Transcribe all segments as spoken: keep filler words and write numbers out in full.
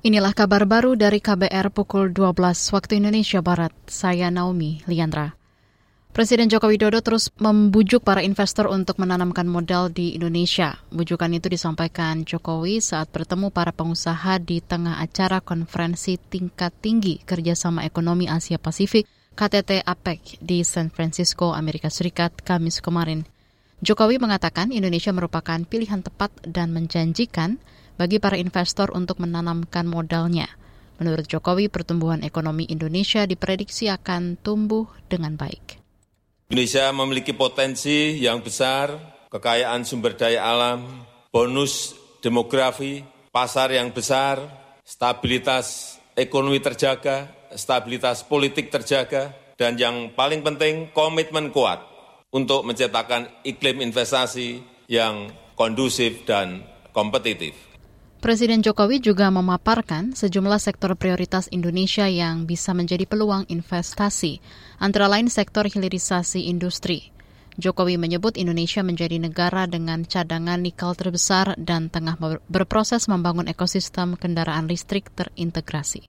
Inilah kabar baru dari K B R pukul dua belas waktu Indonesia Barat. Saya Naomi Liandra. Presiden Joko Widodo terus membujuk para investor untuk menanamkan modal di Indonesia. Bujukan itu disampaikan Jokowi saat bertemu para pengusaha di tengah acara konferensi tingkat tinggi kerjasama ekonomi Asia Pasifik K T T A P E C di San Francisco, Amerika Serikat, Kamis kemarin. Jokowi mengatakan Indonesia merupakan pilihan tepat dan menjanjikan bagi para investor untuk menanamkan modalnya. Menurut Jokowi, pertumbuhan ekonomi Indonesia diprediksi akan tumbuh dengan baik. Indonesia memiliki potensi yang besar, kekayaan sumber daya alam, bonus demografi, pasar yang besar, stabilitas ekonomi terjaga, stabilitas politik terjaga, dan yang paling penting komitmen kuat untuk menciptakan iklim investasi yang kondusif dan kompetitif. Presiden Jokowi juga memaparkan sejumlah sektor prioritas Indonesia yang bisa menjadi peluang investasi, antara lain sektor hilirisasi industri. Jokowi menyebut Indonesia menjadi negara dengan cadangan nikel terbesar dan tengah berproses membangun ekosistem kendaraan listrik terintegrasi.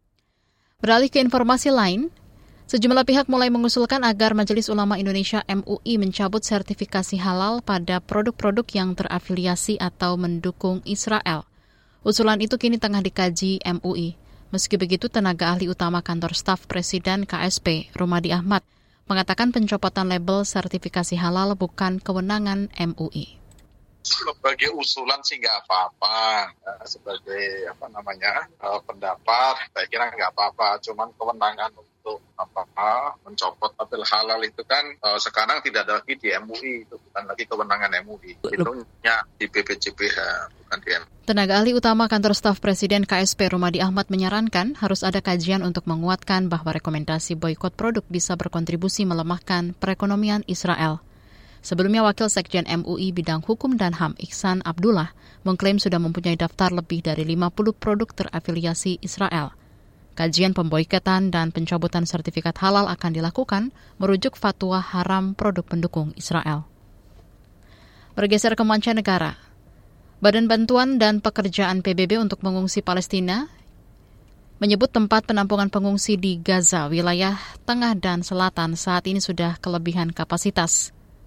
Beralih ke informasi lain, sejumlah pihak mulai mengusulkan agar Majelis Ulama Indonesia M U I mencabut sertifikasi halal pada produk-produk yang terafiliasi atau mendukung Israel. Usulan itu kini tengah dikaji M U I. Meski begitu, tenaga ahli utama kantor staf Presiden K S P, Rumadi Ahmad, mengatakan pencopotan label sertifikasi halal bukan kewenangan M U I. Sebagai usulan sih nggak apa-apa, sebagai apa namanya pendapat, saya kira nggak apa-apa. Cuman kewenangan untuk apa mencopot label halal itu kan uh, sekarang tidak ada lagi di M U I, itu bukan lagi kewenangan M U I, itunya di B P J P H, bukan di M U I. Tenaga ahli utama kantor staf Presiden K S P Rumadi Ahmad menyarankan harus ada kajian untuk menguatkan bahwa rekomendasi boikot produk bisa berkontribusi melemahkan perekonomian Israel. Sebelumnya, Wakil Sekjen M U I Bidang Hukum dan H A M Iksan Abdullah mengklaim sudah mempunyai daftar lebih dari lima puluh produk terafiliasi Israel. Kajian pemboikotan dan pencabutan sertifikat halal akan dilakukan merujuk fatwa haram produk pendukung Israel. Bergeser ke mancanegara, Badan Bantuan dan Pekerjaan P B B untuk Pengungsi Palestina menyebut tempat penampungan pengungsi di Gaza, wilayah tengah dan selatan saat ini sudah kelebihan kapasitas.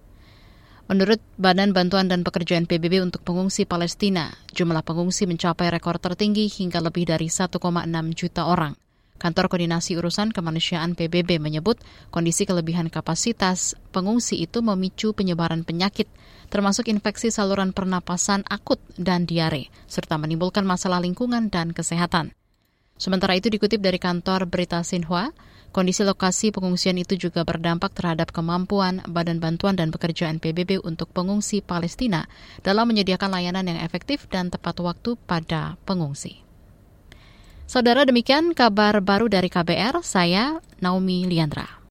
Menurut Badan Bantuan dan Pekerjaan P B B untuk Pengungsi Palestina, jumlah pengungsi mencapai rekor tertinggi hingga lebih dari satu koma enam juta orang. Kantor Koordinasi Urusan Kemanusiaan P B B menyebut kondisi kelebihan kapasitas pengungsi itu memicu penyebaran penyakit, termasuk infeksi saluran pernapasan akut dan diare, serta menimbulkan masalah lingkungan dan kesehatan. Sementara itu dikutip dari kantor berita Xinhua, kondisi lokasi pengungsian itu juga berdampak terhadap kemampuan Badan Bantuan dan Pekerjaan P B B untuk pengungsi Palestina dalam menyediakan layanan yang efektif dan tepat waktu pada pengungsi. Saudara, demikian kabar baru dari K B R, saya Naomi Liandra.